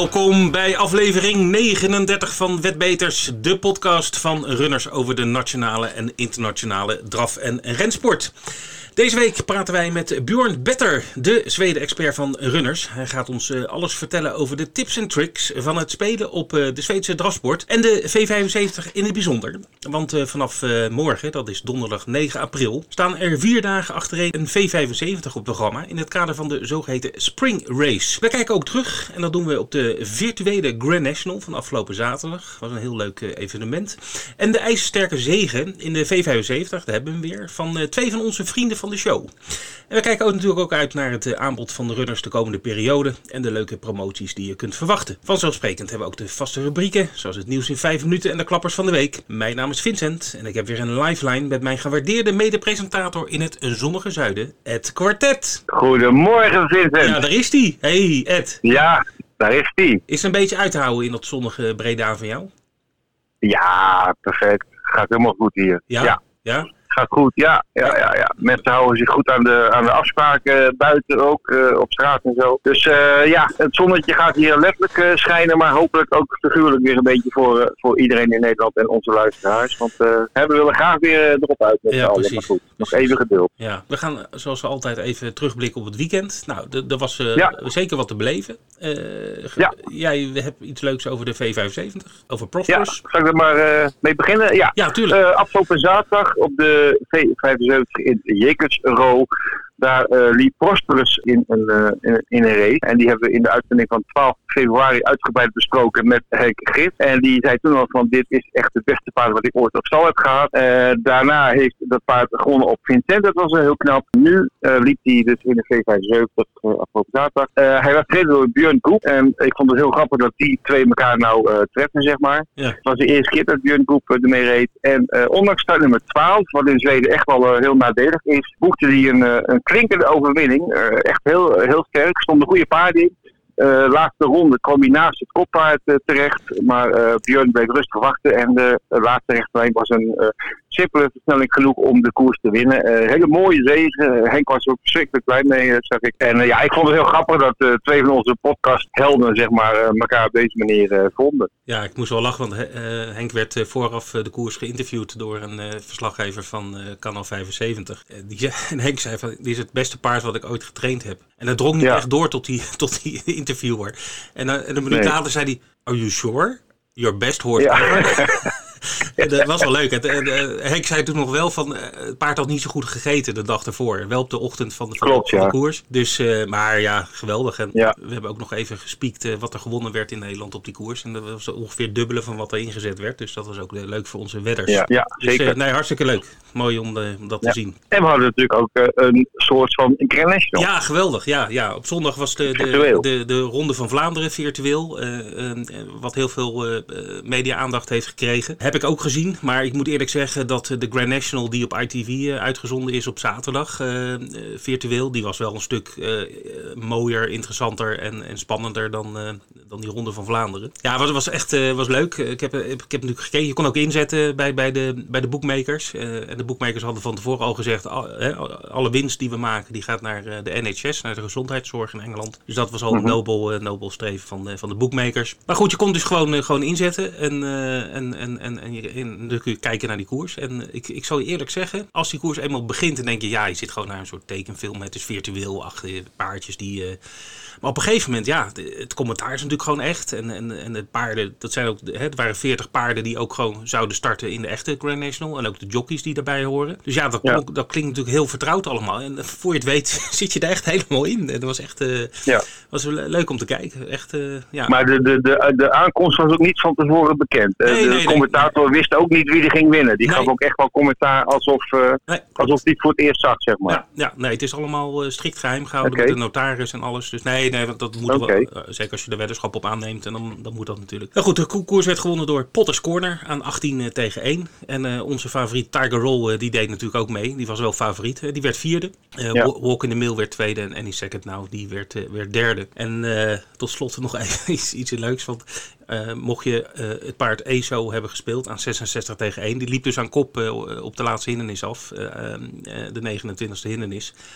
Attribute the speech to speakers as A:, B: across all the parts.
A: Welkom bij aflevering 39 van Wetbeters, de podcast van runners over de nationale en internationale draf- en rensport. Deze week praten wij met Björn Better, de Zweden-expert van runners. Hij gaat ons alles vertellen over de tips en tricks van het spelen op de Zweedse drafsport en de V75 in het bijzonder. Want vanaf morgen, dat is donderdag 9 april, staan er 4 dagen achtereen een V75 op het programma in het kader van de zogeheten Spring Race. We kijken ook terug en dat doen we op de virtuele Grand National van afgelopen zaterdag. Dat was een heel leuk evenement. En de ijzersterke zege in de V75, daar hebben we hem weer, van 2 van onze vrienden van de show. En we kijken ook natuurlijk ook uit naar het aanbod van de runners de komende periode en de leuke promoties die je kunt verwachten. Vanzelfsprekend hebben we ook de vaste rubrieken, zoals het nieuws in 5 minuten en de klappers van de week. Mijn naam is Vincent en ik heb weer een lifeline met mijn gewaardeerde mede-presentator in het zonnige zuiden, Ed Quartet.
B: Goedemorgen Vincent.
A: Ja, daar is hij. Hey Ed.
B: Ja, daar is hij.
A: Is het een beetje uit te houden in dat zonnige Breda van jou?
B: Ja, perfect. Gaat helemaal goed hier.
A: Ja?
B: Gaat goed, ja. Mensen houden zich goed aan de afspraken, buiten ook, op straat en zo. Dus het zonnetje gaat hier letterlijk schijnen, maar hopelijk ook figuurlijk weer een beetje voor iedereen in Nederland en onze luisteraars. Want we willen graag weer erop uit met z'n allen.
A: Precies.
B: Maar goed, nog even geduld.
A: Ja, we gaan zoals altijd even terugblikken op het weekend. Nou, er was zeker wat te beleven. Jij hebt iets leuks over de V75, over Prosperous.
B: Ja, zal ik er maar mee beginnen?
A: Ja, tuurlijk.
B: Afgelopen zaterdag op de V75 in Jekersro. Daar liep Prosperous in een race. En die hebben we in de uitzending van 12 februari uitgebreid besproken met Henk Grit. En die zei toen al van dit is echt het beste paard wat ik ooit op stal heb gehad. Daarna heeft dat paard gewonnen op Vincent. Dat was heel knap. Nu liep hij dus in de V75 afgelopen zaterdag. Hij was gereden door Björn Groep. En ik vond het heel grappig dat die twee elkaar nou treffen, zeg maar. Ja. Het was de eerste keer dat Björn Groep ermee reed. En ondanks start nummer 12, wat in Zweden echt wel heel nadelig is, boekte hij een klinkende overwinning. Echt heel sterk. Stonden goede paarden in. Laatste ronde kwam hij naast het koppaard terecht. Maar Björn bleef rustig wachten. En de laatste rechterlijn was een simpele versnelling genoeg om de koers te winnen. Hele mooie zege. Henk was er ook verschrikkelijk blij mee, zag ik. En ik vond het heel grappig dat 2 van onze podcasthelden zeg maar, elkaar op deze manier vonden.
A: Ja, ik moest wel lachen, want Henk werd vooraf de koers geïnterviewd door een verslaggever van Kanaal 75. En Henk zei van, dit is het beste paard wat ik ooit getraind heb. En dat drong niet echt door tot die interviewer. En een minuut later zei hij, are you sure? Your best horse ever. Dat was wel leuk. Henk zei toen nog wel van het paard had niet zo goed gegeten de dag ervoor. Wel op de ochtend van de koers. Dus, maar ja, geweldig. En we hebben ook nog even gespiekt wat er gewonnen werd in Nederland op die koers. En dat was ongeveer het dubbele van wat er ingezet werd. Dus dat was ook leuk voor onze wedders.
B: Ja,
A: dus,
B: zeker.
A: Hartstikke leuk. Mooi om dat te zien.
B: En we hadden natuurlijk ook een soort van Grand National.
A: Ja, geweldig. Ja. Op zondag was de Ronde van Vlaanderen virtueel. Wat heel veel media-aandacht heeft gekregen. Heb ik ook gezien, maar ik moet eerlijk zeggen dat de Grand National die op ITV uitgezonden is op zaterdag, virtueel, die was wel een stuk mooier, interessanter en spannender dan die Ronde van Vlaanderen. Ja, het was echt was leuk. Ik heb natuurlijk gekeken, je kon ook inzetten bij de bookmakers. En de bookmakers hadden van tevoren al gezegd, alle winst die we maken, die gaat naar de NHS, naar de gezondheidszorg in Engeland. Dus dat was al een nobel streven van de bookmakers. Maar goed, je kon dus gewoon inzetten en dan kun je kijken naar die koers. En ik zal je eerlijk zeggen, als die koers eenmaal begint, dan denk je, ja, je zit gewoon naar een soort tekenfilm. Het is virtueel, achter paardjes die... Maar op een gegeven moment, ja, het commentaar is natuurlijk gewoon echt. En de paarden, dat zijn ook, het waren 40 paarden die ook gewoon zouden starten in de echte Grand National. En ook de jockeys die daarbij horen. Dus ja, dat klinkt natuurlijk heel vertrouwd allemaal. En voor je het weet zit je er echt helemaal in. En dat was echt was leuk om te kijken. Echt, ja.
B: Maar de aankomst was ook niet van tevoren bekend. De commentator wist ook niet wie er ging winnen. Die gaf ook echt wel commentaar alsof die het voor het eerst zag, zeg maar.
A: Nee, het is allemaal strikt geheim gehouden met de notaris en alles. Dus nee, want dat moet wel. Zeker als je de weddenschap op aanneemt, en dan moet dat natuurlijk. Nou goed, de koers werd gewonnen door Potters Corner aan 18-1. En onze favoriet Tiger Roll, die deed natuurlijk ook mee. Die was wel favoriet. Die werd vierde. Walk in the Mill werd tweede en Any Second Now, die werd derde. En tot slot nog even iets leuks, want mocht je het paard ESO hebben gespeeld aan 66-1. Die liep dus aan kop op de laatste hindernis af. De 29e hindernis.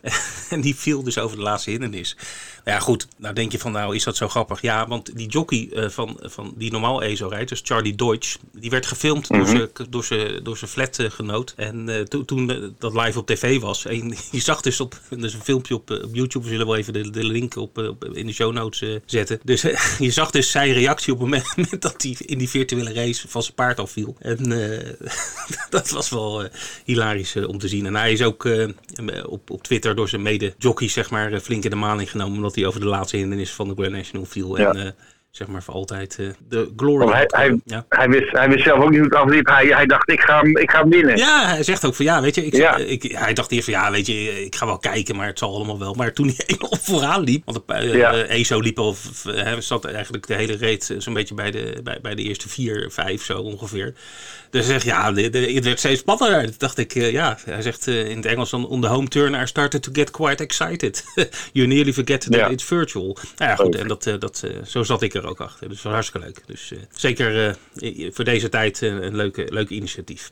A: En die viel dus over de laatste hindernis. Nou ja, goed. Nou denk je van, nou is dat zo grappig? Ja, want die jockey van die normaal ESO rijdt, dus Charlie Deutsch, die werd gefilmd door zijn flatgenoot. En toen dat live op tv was, en je zag dus een filmpje op YouTube, we zullen wel even de link in de show notes zetten. Dus je zag dus zijn reactie op het moment dat hij in die virtuele race van zijn paard afviel. En dat was wel hilarisch om te zien. En hij is ook op Twitter door zijn mede-jockeys zeg maar flink in de maling genomen, omdat hij over de laatste hindernis van de Grand National viel. Ja. En zeg maar voor altijd de glory.
B: Hij wist zelf ook niet hoe het afliep. Hij dacht, ik ga hem winnen.
A: Ja, hij zegt ook van ja, weet je, hij dacht eerst van ja, weet je, ik ga wel kijken, maar het zal allemaal wel. Maar toen hij eenmaal vooraan liep, want ESO liep al, zat eigenlijk de hele race zo'n beetje bij de eerste 4, 5 zo ongeveer. Dus hij zegt ja, het werd steeds spannender. Dat dacht ik, hij zegt in het Engels dan, on the home turn I started to get quite excited. You nearly forget that it's virtual. Nou ja, goed, en zo zat ik er ook achter. Dus dat was hartstikke leuk. Dus zeker voor deze tijd een leuke initiatief.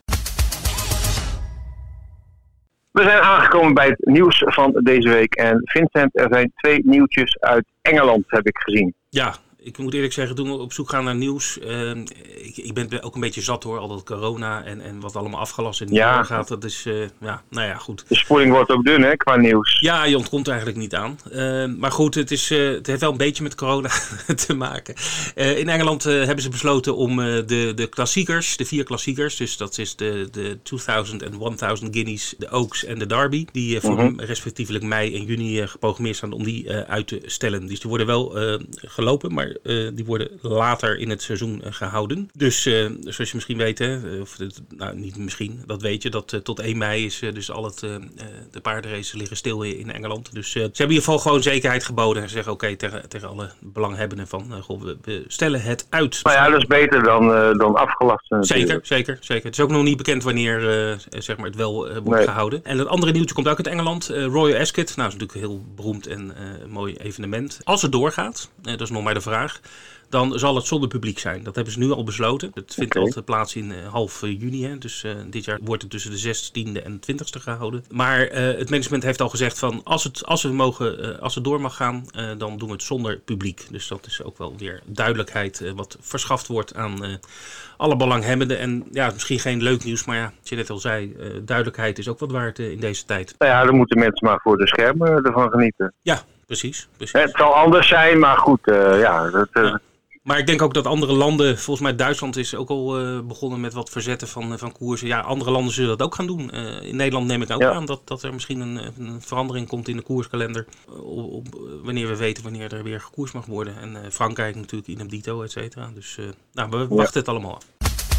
B: We zijn aangekomen bij het nieuws van deze week. En Vincent, er zijn 2 nieuwtjes uit Engeland, heb ik gezien.
A: Ja. Ik moet eerlijk zeggen, toen we op zoek gaan naar nieuws, ik ben ook een beetje zat hoor, al dat corona en wat allemaal afgelast en niet doorgaat. Dat is, nou ja, goed.
B: De spoeling wordt ook dun hè, qua nieuws.
A: Ja, je ontkomt eigenlijk niet aan. Maar goed, het heeft wel een beetje met corona te maken. In Engeland hebben ze besloten om de klassiekers, de 4 klassiekers, dus dat is de 2000 en 1000 Guineas, de Oaks en de Derby, die voor respectievelijk mei en juni geprogrammeerd staan om die uit te stellen. Dus die worden wel gelopen, maar die worden later in het seizoen gehouden. Dus zoals je misschien weet, niet misschien, dat weet je, dat tot 1 mei is dus al de paardenraces liggen stil in Engeland. Dus ze hebben in ieder geval gewoon zekerheid geboden en ze zeggen oké, tegen alle belanghebbenden van we stellen het uit.
B: Nou ja, dat is beter dan afgelast.
A: Zeker. Het is ook nog niet bekend wanneer zeg maar het wel wordt gehouden. En het andere nieuwtje komt ook uit Engeland. Royal Ascot, nou is natuurlijk een heel beroemd en mooi evenement. Als het doorgaat, dat is nog maar de vraag, dan zal het zonder publiek zijn. Dat hebben ze nu al besloten. Het vindt altijd plaats in half juni. Hè. Dus dit jaar wordt het tussen de 16e en 20e gehouden. Maar het management heeft al gezegd van als het door mag gaan, dan doen we het zonder publiek. Dus dat is ook wel weer duidelijkheid wat verschaft wordt aan alle belanghebbenden. En ja, misschien geen leuk nieuws, maar ja, als je net al zei, duidelijkheid is ook wat waard in deze tijd.
B: Nou ja, dan moeten mensen maar voor de schermen ervan genieten.
A: Ja, precies.
B: Het zal anders zijn, maar goed,
A: Maar ik denk ook dat andere landen, volgens mij Duitsland is ook al begonnen met wat verzetten van koersen. Ja, andere landen zullen dat ook gaan doen. In Nederland neem ik ook aan dat er misschien een verandering komt in de koerskalender. Wanneer we weten wanneer er weer gekoerst mag worden. En Frankrijk natuurlijk, idem dito, et cetera. Dus we wachten het allemaal af.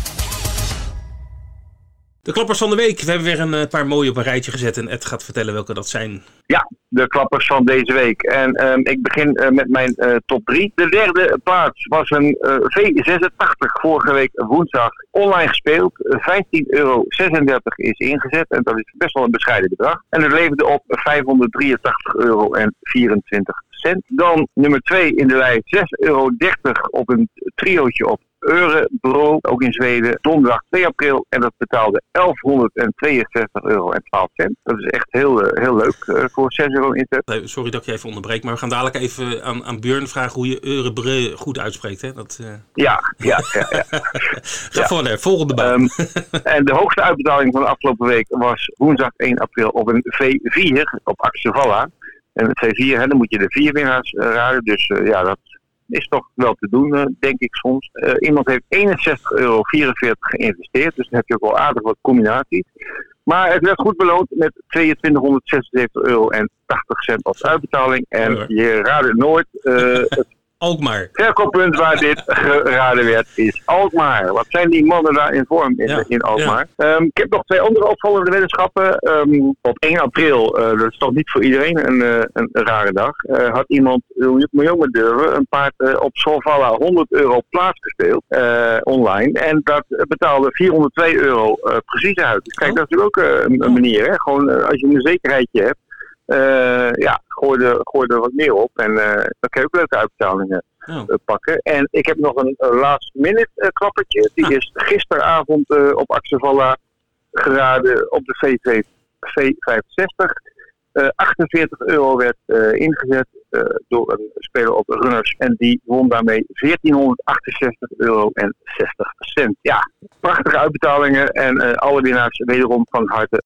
A: De klappers van de week. We hebben weer een paar mooie op een rijtje gezet en Ed gaat vertellen welke dat zijn.
B: Ja, de klappers van deze week. En ik begin met mijn top 3. De derde plaats was een V86 vorige week woensdag online gespeeld. €15,36 is ingezet en dat is best wel een bescheiden bedrag. En het leverde op €583,24. Dan nummer 2 in de lijst, €6,30 op een triootje op Örebro, ook in Zweden, donderdag 2 april. En dat betaalde €1162,12. Dat is echt heel leuk voor €6 inzet.
A: Sorry dat ik je even onderbreek, maar we gaan dadelijk even aan Björn vragen hoe je Örebro goed uitspreekt. Hè?
B: Ja.
A: Ga verder, volgende baan.
B: En de hoogste uitbetaling van de afgelopen week was woensdag 1 april op een V4 op Axevalla. En het V4, dan moet je de 4 winnaars raden. Dus dat is toch wel te doen, denk ik soms. Iemand heeft €61,44 geïnvesteerd. Dus dan heb je ook wel aardig wat combinaties. Maar het werd goed beloond met €2276,80 als uitbetaling. En je raadt het nooit. Het
A: Alkmaar.
B: Verkooppunt waar dit geraden werd is Alkmaar. Wat zijn die mannen daar in vorm in Alkmaar? Ja. Ik heb nog 2 andere opvallende weddenschappen. Op 1 april, dat is toch niet voor iedereen een rare dag, had iemand, moet je ook maar durven, een paard op Solvalla €100 plaatsgespeeld online. En dat betaalde €402 precies uit. Dus kijk, dat is ook een manier. Hè? Gewoon als je een zekerheidje hebt. Gooi er wat meer op en dan kan je ook leuke uitbetalingen pakken. En ik heb nog een last minute klappertje. Die is gisteravond op Axevalla geraden op de V65. €48 werd ingezet door een speler op Runners. En die won daarmee €1468,60. Ja, prachtige uitbetalingen en alle winnaars wederom van harte.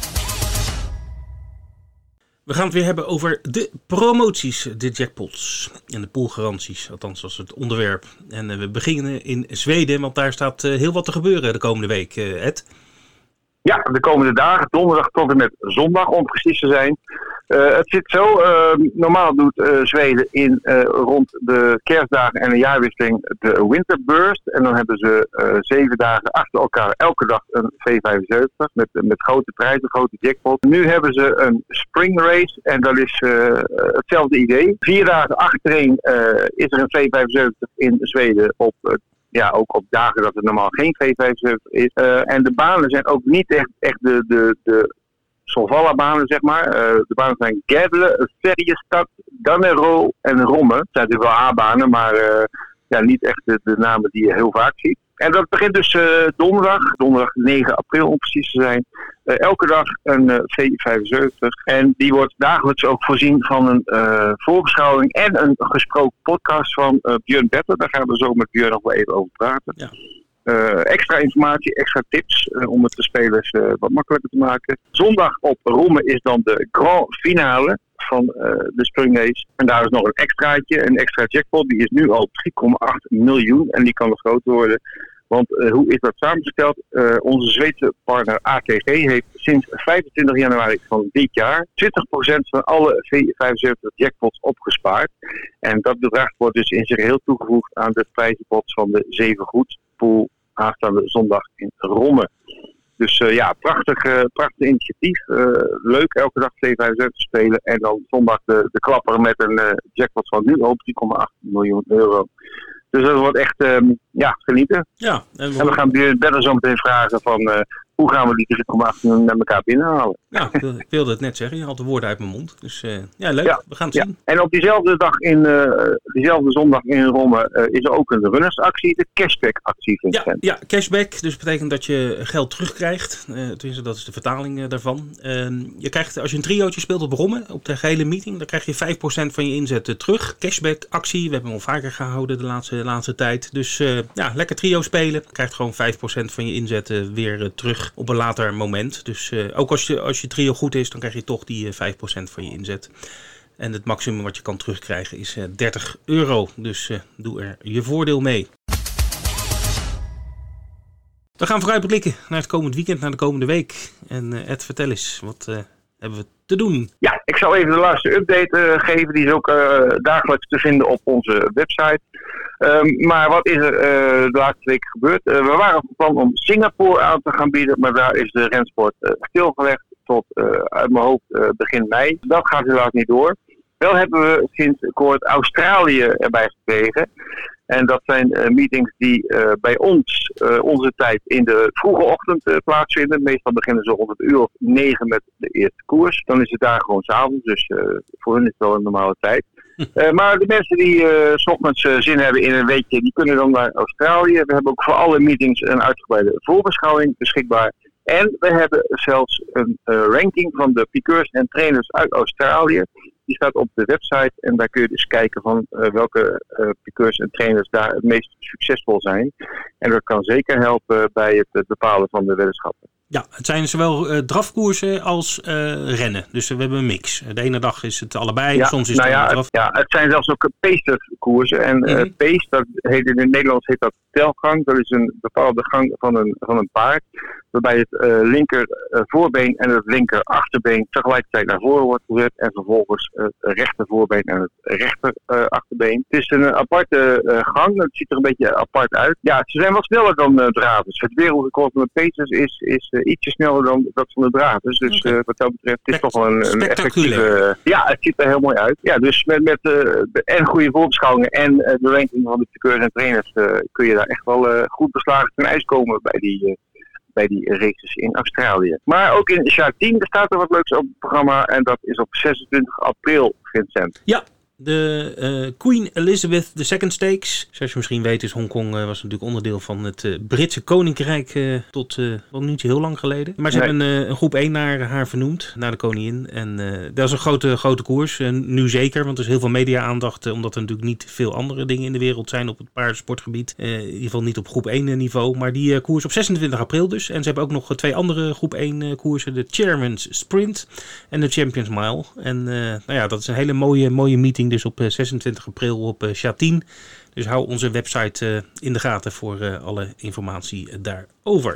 A: We gaan het weer hebben over de promoties, de jackpots en de poolgaranties. Althans, dat is het onderwerp. En we beginnen in Zweden, want daar staat heel wat te gebeuren de komende week, Ed.
B: Ja, de komende dagen, donderdag tot en met zondag om precies te zijn. Het zit zo, normaal doet Zweden rond de kerstdagen en de jaarwisseling de winterburst. En dan hebben ze 7 dagen achter elkaar elke dag een V75 met grote prijzen, grote jackpot. Nu hebben ze een spring race en dat is hetzelfde idee. 4 dagen achtereen is er een V75 in Zweden ook op dagen dat het normaal geen V75 is. En de banen zijn ook niet echt de Solvalla-banen, zeg maar. De banen zijn Gävle, Färjestad, Dannero en Romme. Het zijn natuurlijk wel A-banen, maar niet echt de namen die je heel vaak ziet. En dat begint dus donderdag 9 april om precies te zijn. Elke dag een V75. En die wordt dagelijks ook voorzien van een voorbeschouwing en een gesproken podcast van Björn Better. Daar gaan we zo met Björn nog wel even over praten. Ja. Extra informatie, extra tips om het de spelers wat makkelijker te maken. Zondag op Romme is dan de grand finale van de springrace. En daar is nog een extraatje, een extra jackpot. Die is nu al 3,8 miljoen en die kan nog groter worden. Want hoe is dat samengesteld? Onze Zweedse partner ATG heeft sinds 25 januari van dit jaar 20% van alle V75 jackpots opgespaard. En dat bedrag wordt dus in zijn geheel toegevoegd aan de prijzenpot van de 7 goedpool aanstaande zondag in Romme. Dus prachtig initiatief. Leuk elke dag V75 spelen. En dan zondag de klapper met een jackpot van nu op 3,8 miljoen euro. Dus dat wordt echt genieten. Ja, en we gaan Björn Better zo meteen vragen van hoe gaan we die 3,8 miljoen met elkaar binnenhalen.
A: Ja, ik wilde het net zeggen. Je had de woorden uit mijn mond. Dus leuk. Ja, we gaan het zien.
B: En op diezelfde dag diezelfde zondag in Romme is er ook een runnersactie, de cashback-actie.
A: Ja, cashback. Dus dat betekent dat je geld terugkrijgt. Tenminste, dat is de vertaling daarvan. Je krijgt, als je een triootje speelt op Romme, op de gehele meeting, dan krijg je 5% van je inzet terug. Cashback-actie. We hebben hem al vaker gehouden de laatste tijd. Dus lekker trio spelen. Je krijgt gewoon 5% van je inzet weer terug op een later moment. Dus ook als je trio goed is, dan krijg je toch die 5% van je inzet. En het maximum wat je kan terugkrijgen is €30. Dus doe er je voordeel mee. We gaan vooruitblikken naar het komend weekend, naar de komende week. En Ed, vertel eens, wat hebben we te doen?
B: Ja, ik zal even de laatste update geven. Die is ook dagelijks te vinden op onze website. Maar wat is er de laatste week gebeurd? We waren van plan om Singapore aan te gaan bieden, maar daar is de rensport stilgelegd tot uit mijn hoofd begin mei. Dat gaat helaas niet door. Wel hebben we sinds kort Australië erbij gekregen. En dat zijn meetings die bij ons, onze tijd, in de vroege ochtend plaatsvinden. Meestal beginnen ze rond het 9:00 met de eerste koers. Dan is het daar gewoon 's avonds, dus voor hun is het wel een normale tijd. Maar de mensen die 's ochtends zin hebben in een weekje, die kunnen dan naar Australië. We hebben ook voor alle meetings een uitgebreide voorbeschouwing beschikbaar. En we hebben zelfs een ranking van de piqueurs en trainers uit Australië. Die staat op de website en daar kun je dus kijken van welke piqueurs en trainers daar het meest succesvol zijn. En dat kan zeker helpen bij het bepalen van de weddenschappen.
A: Ja, het zijn zowel drafkoersen als rennen. Dus we hebben een mix. De ene dag is het allebei, soms is het draf.
B: Ja, het zijn zelfs ook pacerkoersen. En pace, dat heet in het Nederlands heet dat telgang. Dat is een bepaalde gang van een paard. Waarbij het linker voorbeen en het linker achterbeen tegelijkertijd naar voren wordt gezet. En vervolgens het rechter voorbeen en het rechter achterbeen. Het is een aparte gang. Het ziet er een beetje apart uit. Ja, ze zijn wat sneller dan dravers. Het wereldrecord van de pacers is ietsje sneller dan dat van de dravers. Dus wat dat betreft is het toch wel een effectieve... Ja, het ziet er heel mooi uit. Ja, dus met en goede voorbeschouwingen en de ranking van de piqueurs en trainers kun je daar echt wel goed beslagen ten ijs komen bij die races in Australië. Maar ook in Sharteen staat er wat leuks op het programma en dat is op 26 april, Vincent.
A: Ja, De Queen Elizabeth II Stakes. Zoals je misschien weet is Hongkong was natuurlijk onderdeel van het Britse Koninkrijk tot wel niet heel lang geleden. Maar ze hebben een groep 1 naar haar vernoemd, naar de koningin. En dat is een grote koers. En nu zeker, want er is heel veel media-aandacht. Omdat er natuurlijk niet veel andere dingen in de wereld zijn op het paardensportgebied. In ieder geval niet op groep 1 niveau. Maar die koers op 26 april dus. En ze hebben ook nog 2 andere groep 1 koersen. De Chairman's Sprint en de Champions Mile. En dat is een hele mooie meeting dus op 26 april op Châtien. Dus hou onze website in de gaten voor alle informatie daarover.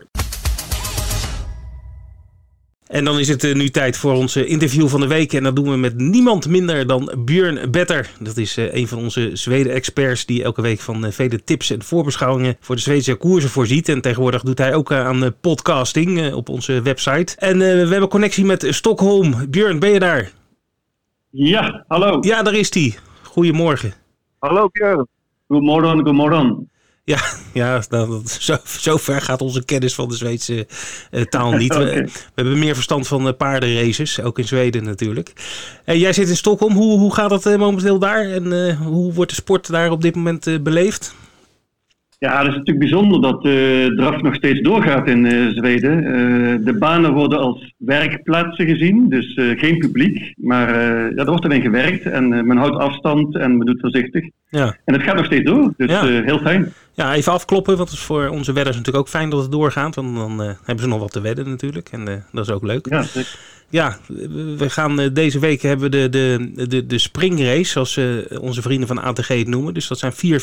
A: En dan is het nu tijd voor ons interview van de week. En dat doen we met niemand minder dan Björn Better. Dat is een van onze Zweden-experts die elke week van vele tips en voorbeschouwingen voor de Zweedse koersen voorziet. En tegenwoordig doet hij ook aan podcasting op onze website. En we hebben connectie met Stockholm. Björn, ben je daar?
C: Ja, hallo.
A: Ja, daar is hij. Goedemorgen.
B: Hallo Björn.
C: Goedemorgen.
A: Ja, zo ver gaat onze kennis van de Zweedse taal niet.
C: Okay.
A: We hebben meer verstand van paardenraces, ook in Zweden natuurlijk. Jij zit in Stockholm. Hoe gaat het momenteel daar? En hoe wordt de sport daar op dit moment beleefd?
C: Ja, het is natuurlijk bijzonder dat de draf nog steeds doorgaat in Zweden. De banen worden als werkplaatsen gezien, dus geen publiek. Maar er wordt erin gewerkt en men houdt afstand en men doet voorzichtig. Ja. En het gaat nog steeds door, dus heel fijn.
A: Ja, even afkloppen, want het is voor onze wedders natuurlijk ook fijn dat het doorgaat. Want dan hebben ze nog wat te wedden natuurlijk en dat is ook leuk.
C: Ja, zeker.
A: Ja, we gaan deze week hebben we de springrace, zoals onze vrienden van ATG het noemen. Dus dat zijn 4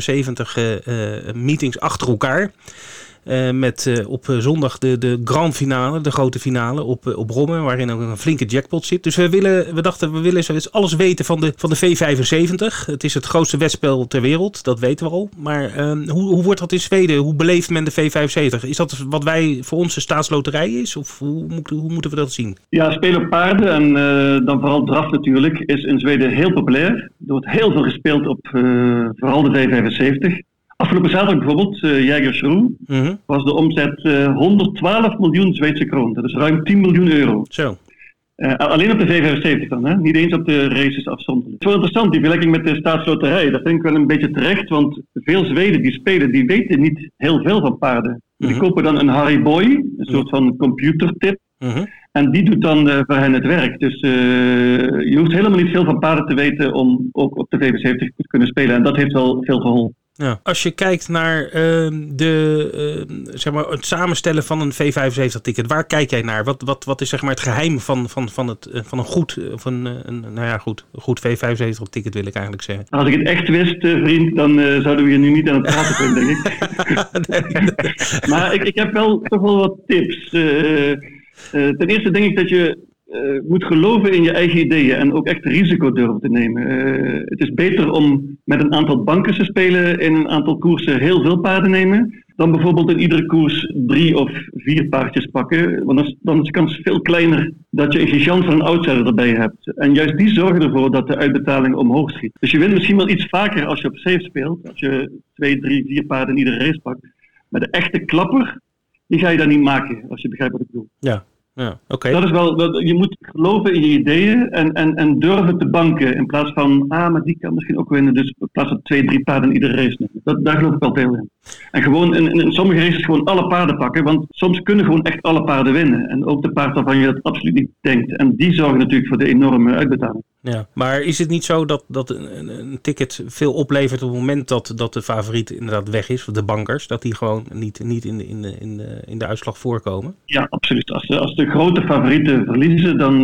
A: V75 meetings achter elkaar. Met op zondag de grand finale, de grote finale op Rommen, waarin ook een flinke jackpot zit. Dus we dachten, we willen zo eens alles weten van de V75. Het is het grootste wedspel ter wereld, dat weten we al. Maar hoe wordt dat in Zweden? Hoe beleeft men de V75? Is dat wat wij voor ons de staatsloterij is? Of hoe moeten we dat zien?
C: Ja, spelen op paarden en dan vooral draf natuurlijk is in Zweden heel populair. Er wordt heel veel gespeeld op vooral de V75. Afgelopen zaterdag bijvoorbeeld, Jägersro, was de omzet 112 miljoen Zweedse kroon. Dat is ruim 10 miljoen euro.
A: Zo.
C: Alleen op de V75 dan, hè? Niet eens op de races afzonderlijk. Het is wel interessant, die vergelijking met de staatsloterij. Dat vind ik wel een beetje terecht, want veel Zweden die spelen, die weten niet heel veel van paarden. Die kopen dan een Harry Boy, een soort van computertip. En die doet dan voor hen het werk. Dus je hoeft helemaal niet veel van paarden te weten om ook op de V75 te kunnen spelen. En dat heeft wel veel geholpen.
A: Ja. Als je kijkt naar het samenstellen van een V75-ticket, waar kijk jij naar? Wat is zeg maar het geheim van een goed V75-ticket, wil ik eigenlijk zeggen?
C: Als ik het echt wist, vriend, dan zouden we hier nu niet aan het praten zijn, denk ik. Maar ik heb toch wel wat tips. Ten eerste denk ik dat je moet geloven in je eigen ideeën en ook echt risico durven te nemen. Het is beter om met een aantal banken te spelen in een aantal koersen heel veel paarden nemen, dan bijvoorbeeld in iedere koers 3 of 4 paardjes pakken. Want dan is de kans veel kleiner dat je een gigant van een outsider erbij hebt. En juist die zorgen ervoor dat de uitbetaling omhoog schiet. Dus je wint misschien wel iets vaker als je op safe speelt, als je 2, 3, 4 paarden in iedere race pakt. Maar de echte klapper, die ga je dan niet maken, als je begrijpt wat ik bedoel.
A: Ja. Ja, okay.
C: Dat is wel, je moet geloven in je ideeën en durven te banken in plaats van, maar die kan misschien ook winnen, dus in plaats van 2, 3 paarden in iedere race nemen. Daar geloof ik wel veel in. En gewoon in sommige races gewoon alle paarden pakken, want soms kunnen gewoon echt alle paarden winnen. En ook de paard waarvan je dat absoluut niet denkt. En die zorgen natuurlijk voor de enorme uitbetaling.
A: Ja, maar is het niet zo dat een ticket veel oplevert op het moment dat de favoriet inderdaad weg is, of de bankers, dat die gewoon niet in de uitslag voorkomen?
C: Ja, absoluut. Als de grote favorieten verliezen, dan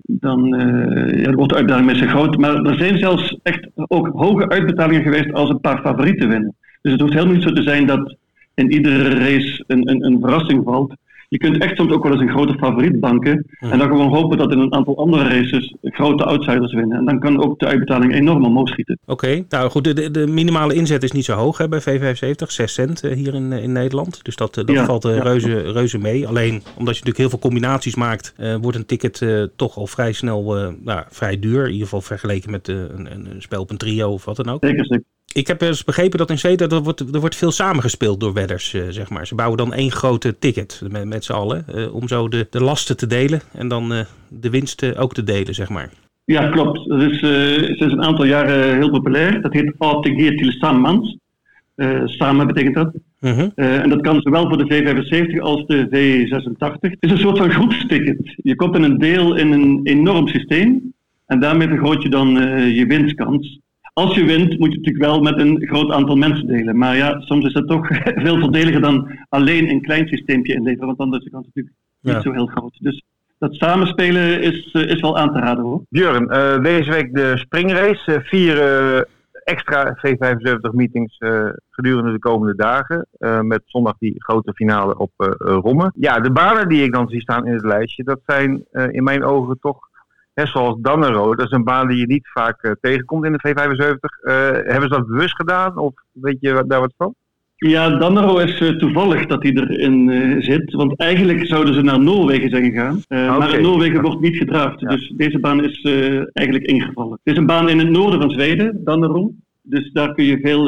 C: wordt de uitbetaling meestal groot. Maar er zijn zelfs echt ook hoge uitbetalingen geweest als een paar favorieten winnen. Dus het hoeft helemaal niet zo te zijn dat in iedere race een verrassing valt. Je kunt echt soms ook wel eens een grote favoriet banken. En dan gewoon hopen dat in een aantal andere races grote outsiders winnen. En dan kan ook de uitbetaling enorm omhoog schieten.
A: Oké, nou goed, de minimale inzet is niet zo hoog bij V75. 6 cent hier in Nederland. Dus dat valt reuze mee. Alleen omdat je natuurlijk heel veel combinaties maakt, wordt een ticket toch al vrij snel vrij duur. In ieder geval vergeleken met een spel op een trio of wat dan ook.
C: Zeker.
A: Ik heb eens begrepen dat in Zweden er wordt veel samengespeeld door wedders, zeg maar. Ze bouwen dan 1 grote ticket met z'n allen, om zo de lasten te delen en dan de winst ook te delen, zeg maar.
C: Ja, klopt. Dat is sinds een aantal jaren heel populair. Dat heet ATG Tillsammans. Samen betekent dat.
A: Mhm.
C: En dat kan zowel voor de V75 als de V86. Het is een soort van groepsticket. Je komt in een deel in een enorm systeem. En daarmee vergroot je dan je winstkans. Als je wint, moet je natuurlijk wel met een groot aantal mensen delen. Maar ja, soms is dat toch veel voordeliger dan alleen een klein systeempje inleveren. Want dan is de kans natuurlijk niet zo heel groot. Dus dat samenspelen is wel aan te raden, hoor.
B: Björn, deze week de springrace. 4 extra V75 meetings gedurende de komende dagen. Met zondag die grote finale op Romme. Ja, de banen die ik dan zie staan in het lijstje, dat zijn in mijn ogen toch, zoals Dannero. Dat is een baan die je niet vaak tegenkomt in de V75. Hebben ze dat bewust gedaan? Of weet je daar wat van?
C: Ja, Dannero is toevallig dat hij erin zit. Want eigenlijk zouden ze naar Noorwegen zijn gegaan. Maar in Noorwegen wordt niet gedraafd. Ja. Dus deze baan is eigenlijk ingevallen. Het is een baan in het noorden van Zweden, Dannero. Dus daar kun je veel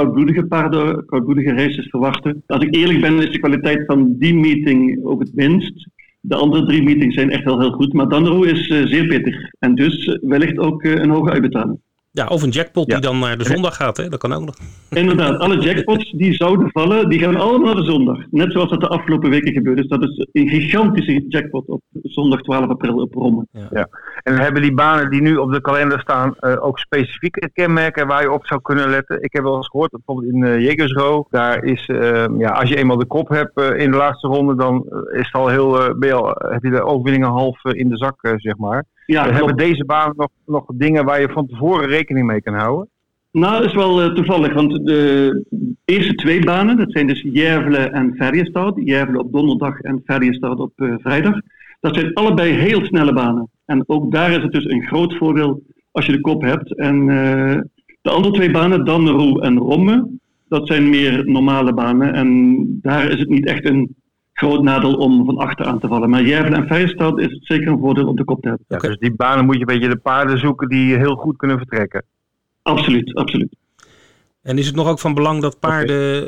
C: koudbloedige races verwachten. Als ik eerlijk ben, is de kwaliteit van die meeting ook het minst. De andere 3 meetings zijn echt wel heel goed. Maar Dannero is zeer pittig. En dus wellicht ook een hoge uitbetaling.
A: Ja, of een jackpot die dan naar de zondag gaat, hè? Dat kan ook nog.
C: Inderdaad, alle jackpots die zouden vallen, die gaan allemaal naar de zondag. Net zoals dat de afgelopen weken gebeurd is. Dat is een gigantische jackpot op zondag 12 april op Romme.
B: Ja. En hebben die banen die nu op de kalender staan ook specifieke kenmerken waar je op zou kunnen letten? Ik heb wel eens gehoord, bijvoorbeeld in Jägersro, daar is, als je eenmaal de kop hebt in de laatste ronde, dan is het al heb je de overwinningen half in de zak, zeg maar. Ja, hebben deze banen nog dingen waar je van tevoren rekening mee kan houden?
C: Nou, dat is wel toevallig, want de eerste 2 banen, dat zijn dus Gävle en Färjestad. Gävle op donderdag en Färjestad op vrijdag. Dat zijn allebei heel snelle banen. En ook daar is het dus een groot voordeel als je de kop hebt. En de andere 2 banen, Dannero en Romme, dat zijn meer normale banen. En daar is het niet echt een groot nadeel om van achter aan te vallen. Maar Gävle en Färjestad is het zeker een voordeel om de kop te hebben.
B: Ja, dus die banen moet je een beetje de paarden zoeken die heel goed kunnen vertrekken.
C: Absoluut, absoluut.
A: En is het nog ook van belang dat paarden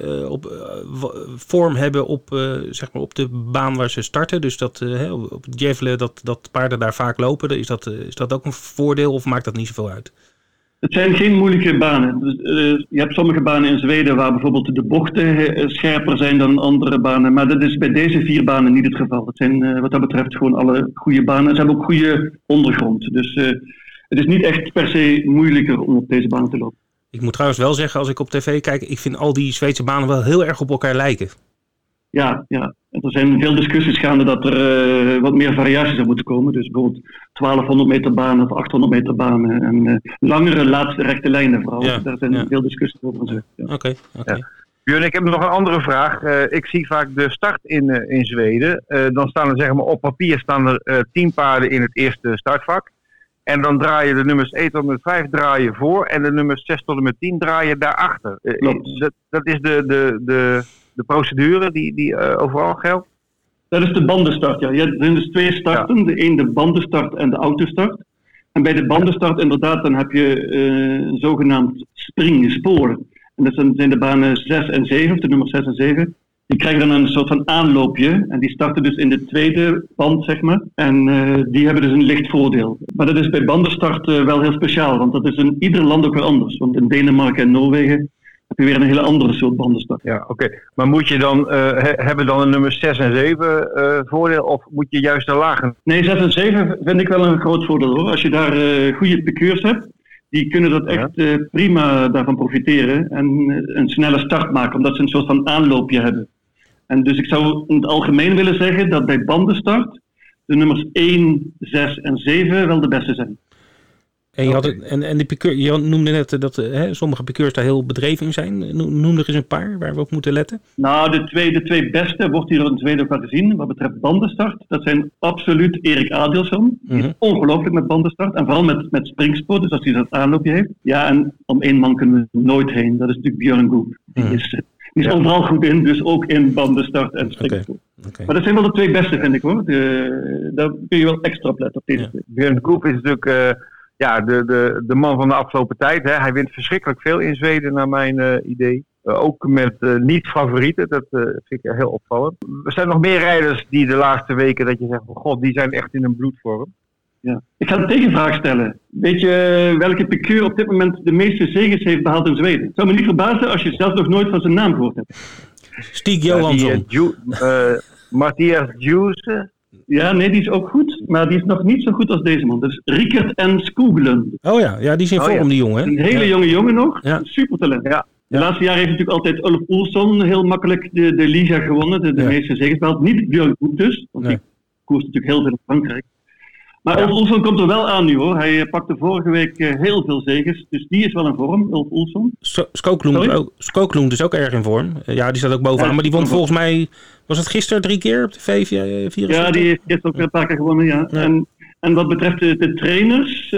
A: vorm hebben op de baan waar ze starten? Dus dat op Gävle dat paarden daar vaak lopen. Is dat ook een voordeel of maakt dat niet zoveel uit?
C: Het zijn geen moeilijke banen. Dus, je hebt sommige banen in Zweden waar bijvoorbeeld de bochten scherper zijn dan andere banen. Maar dat is bij deze 4 banen niet het geval. Het zijn wat dat betreft gewoon alle goede banen. Ze hebben ook goede ondergrond. Dus het is niet echt per se moeilijker om op deze baan te lopen.
A: Ik moet trouwens wel zeggen, als ik op tv kijk, ik vind al die Zweedse banen wel heel erg op elkaar lijken. Ja.
C: Er zijn veel discussies gaande dat er wat meer variatie zou moeten komen. Dus bijvoorbeeld 1200 meter banen of 800 meter banen. En langere laatste rechte lijnen vooral. Ja, daar zijn veel discussies over.
A: Oké.
B: Björn, ik heb nog een andere vraag. Ik zie vaak de start in Zweden. Dan staan er, zeg maar, op papier staan er 10 paarden in het eerste startvak. En dan draai je de nummers 1 tot en met 5 draaien voor. En de nummers 6 tot en met 10 draaien daarachter. Dat is de procedure die overal geldt?
C: Dat is de bandenstart, ja. Er zijn dus 2 starten. Ja. De bandenstart en de autostart. En bij de bandenstart inderdaad, dan heb je een zogenaamd springspoor. En dat zijn de banen 6 en 7, of de nummers 6 en 7. Die krijgen dan een soort van aanloopje. En die starten dus in de tweede band, zeg maar. En die hebben dus een licht voordeel. Maar dat is bij bandenstart wel heel speciaal. Want dat is in ieder land ook weer anders. Want in Denemarken en Noorwegen heb je weer een hele andere soort bandenstart.
B: Ja, oké. Maar moet je dan, hebben dan de nummers 6 en 7 voordeel? Of moet je juist de lage?
C: Nee, 6 en 7 vind ik wel een groot voordeel, hoor. Als je daar goede piqueurs hebt, die kunnen dat echt prima daarvan profiteren. En een snelle start maken, omdat ze een soort van aanloopje hebben. En dus ik zou in het algemeen willen zeggen dat bij bandenstart de nummers 1, 6 en 7 wel de beste zijn.
A: En die piqueur, je noemde net dat sommige piqueurs daar heel bedreven in zijn. Noem er eens een paar waar we op moeten letten.
C: Nou, de twee beste wordt hier in het tweede ook wel gezien. Wat betreft bandenstart, dat zijn absoluut Erik Adelsson. Die is ongelooflijk met bandenstart. En vooral met springspoor, dus als hij dat aanloopje heeft. Ja, en om 1 man kunnen we nooit heen. Dat is natuurlijk Björn Goop. Die is overal goed in, dus ook in bandenstart en springspoor. Okay. Maar dat zijn wel de 2 beste, vind ik, hoor. Daar kun je wel extra op letten op deze 2.
B: Björn Goop is natuurlijk de man van de afgelopen tijd. Hè. Hij wint verschrikkelijk veel in Zweden, naar mijn idee. Ook met niet-favorieten, dat vind ik heel opvallend. Er zijn nog meer rijders die de laatste weken, dat je zegt, god, die zijn echt in een bloedvorm.
C: Ja. Ik ga een tegenvraag stellen. Weet je welke piqueur op dit moment de meeste zeges heeft behaald in Zweden? Het zou me niet verbazen als je zelf nog nooit van zijn naam gehoord hebt.
A: Stieg Johansson.
B: Matthias Djuse.
C: Ja, nee, die is ook goed, maar die is nog niet zo goed als deze man. Dat is Rickert N. Skoglund.
A: Oh ja, die is in vorm, die jongen.
C: Een hele jonge jongen nog.
A: Ja.
C: Super talent.
B: Ja.
C: De laatste jaren heeft natuurlijk altijd Ulf Oelsson heel makkelijk de Liga gewonnen. De meeste zegens behaald. Niet Björn Goed dus, want die koerst natuurlijk heel veel in Frankrijk. Maar Ulf Oelsson komt er wel aan nu hoor. Hij pakte vorige week heel veel zegens. Dus die is wel in vorm, Ulf Oelsson.
A: Skoglund is ook erg in vorm. Ja, die staat ook bovenaan. Maar die won volgens mij, was het gisteren 3 keer op de V4?
C: Ja, die heeft gisteren ook een paar keer gewonnen, ja. En wat betreft de trainers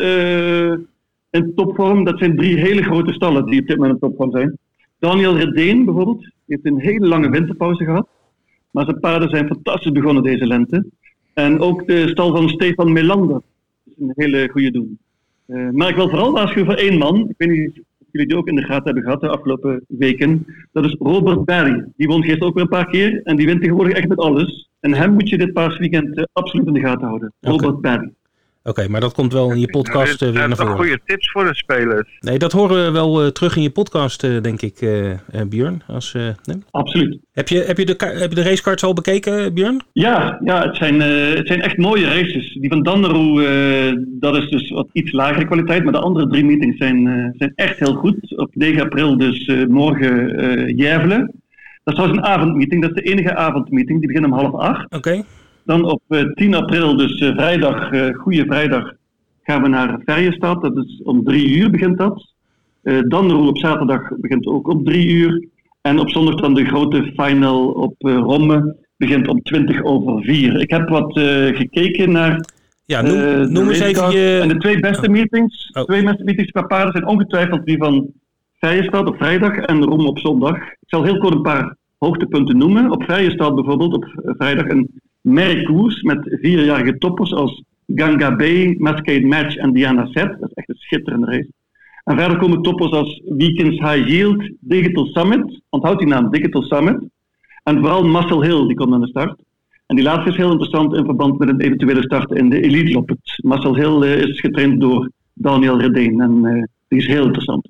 C: in topvorm, dat zijn 3 hele grote stallen die op dit moment in topvorm zijn. Daniel Redeen bijvoorbeeld, die heeft een hele lange winterpauze gehad. Maar zijn paarden zijn fantastisch begonnen deze lente. En ook de stal van Stefan Melander is een hele goede doen. Maar ik wil vooral waarschuwen voor 1 man. Ik weet niet of jullie die ook in de gaten hebben gehad de afgelopen weken. Dat is Robert Barry. Die won gisteren ook weer een paar keer. En die wint tegenwoordig echt met alles. En hem moet je dit paasweekend absoluut in de gaten houden. Robert Barry.
A: Oké, maar dat komt wel in je podcast weer naar voren.
B: Goede tips voor de spelers.
A: Nee, dat horen we wel terug in je podcast, denk ik, Björn. Nee?
C: Absoluut.
A: Heb je de racecards al bekeken, Björn?
C: Ja, het zijn echt mooie races. Die van Danneroe, dat is dus wat iets lagere kwaliteit. Maar de andere 3 meetings zijn echt heel goed. Op 9 april dus morgen Gävle. Dat is trouwens een avondmeeting. Dat is de enige avondmeeting. Die begint om 7:30.
A: Oké.
C: Dan op 10 april, dus vrijdag, goede vrijdag, gaan we naar Ferjestad. Dat is om 3 uur begint dat. Danneroe op zaterdag begint ook om 3 uur. En op zondag dan de grote final op Romme begint om 4:20. Ik heb wat gekeken naar
A: noem eens even je...
C: En de 2 beste meetings, 2 beste meetings qua paarden zijn ongetwijfeld die van Ferjestad op vrijdag en Romme op zondag. Ik zal heel kort een paar hoogtepunten noemen. Op Ferjestad bijvoorbeeld op vrijdag een merkkoers met 4-jarige toppers als Ganga B, Mascade Match en Diana Set. Dat is echt een schitterende race. En verder komen toppers als Weekends High Yield, Digital Summit. Onthoud die naam, Digital Summit. En vooral Muscle Hill, die komt aan de start. En die laatste is heel interessant in verband met een eventuele start in de Elite Loppet. Muscle Hill is getraind door Daniel Redeen en die is heel interessant.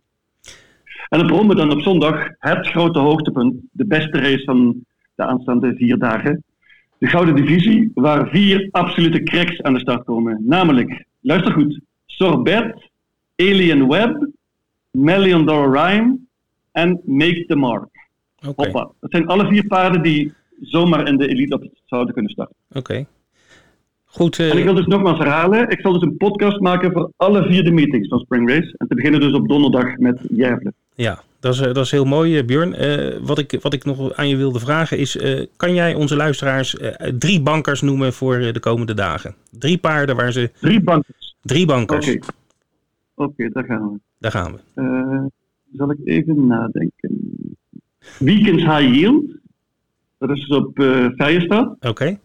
C: En op Rome dan op zondag het grote hoogtepunt, de beste race van de aanstaande 4 dagen. De Gouden Divisie, waar 4 absolute cracks aan de start komen. Namelijk, luister goed, Sorbet, Alien Web, $1 Million Rhyme en Make the Mark.
A: Okay.
C: Hoppa. Dat zijn alle 4 paarden die zomaar in de Elite zouden kunnen starten.
A: Oké. Goed.
C: En ik wil dus nogmaals herhalen, ik zal dus een podcast maken voor alle 4 de meetings van Spring Race. En te beginnen dus op donderdag met Gävle.
A: Ja, dat is heel mooi, Björn. Wat ik nog aan je wilde vragen is, kan jij onze luisteraars 3 bankers noemen voor de komende dagen? 3 paarden waar ze...
C: 3 bankers?
A: 3 bankers.
C: Oké, daar gaan we.
A: Daar gaan we.
C: Zal ik even nadenken. Weekends High Yield. Dat is dus op Ferjestad.
A: Oké.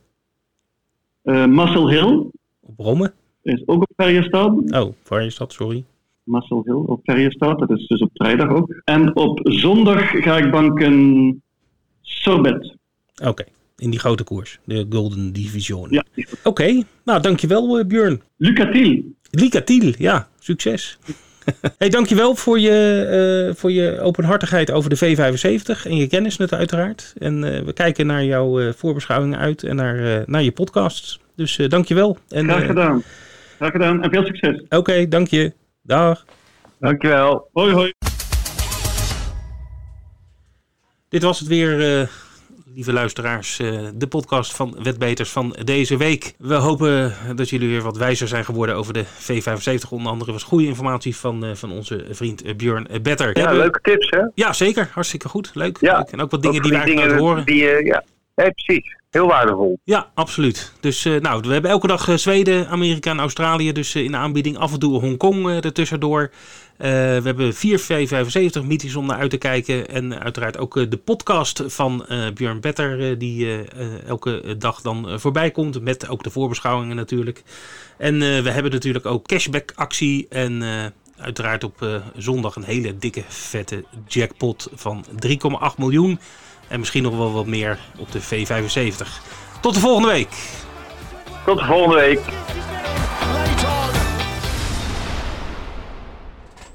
C: Muscle Hill.
A: Op Romme.
C: Is ook op Ferjestad.
A: Oh, Ferjestad, sorry.
C: Muscle Hill op Ferjestad. Dat is dus op vrijdag ook. En op zondag ga ik banken Sorbet.
A: Oké, in die grote koers. De Golden Division.
C: Ja.
A: Oké, nou dankjewel Björn.
C: Lucas Thiel,
A: ja, succes. Hey, dankjewel voor je openhartigheid over de V75 en je kennis uiteraard. En we kijken naar jouw voorbeschouwingen uit en naar je podcast. Dus dankjewel. En,
C: Graag gedaan. Graag gedaan en veel succes.
A: Oké, dank je. Dag.
B: Dankjewel.
C: Hoi hoi.
A: Dit was het weer, lieve luisteraars, de podcast van Wetbeters van deze week. We hopen dat jullie weer wat wijzer zijn geworden over de V75. Onder andere was goede informatie van onze vriend Björn Better.
B: Ja, leuke tips hè?
A: Ja, zeker. Hartstikke goed. Leuk.
B: Ja.
A: Leuk. En ook wat dingen die we eigenlijk uit horen.
B: Ja, precies. Heel waardevol.
A: Ja, absoluut. Dus we hebben elke dag Zweden, Amerika en Australië. Dus in de aanbieding af en toe Hongkong ertussendoor. We hebben 4 V75 meetings om naar uit te kijken. En uiteraard ook de podcast van Björn Better. Die elke dag dan voorbij komt. Met ook de voorbeschouwingen natuurlijk. En we hebben natuurlijk ook cashback actie. En uiteraard op zondag een hele dikke vette jackpot van 3,8 miljoen. En misschien nog wel wat meer op de V75. Tot de volgende week.
B: Tot de volgende week.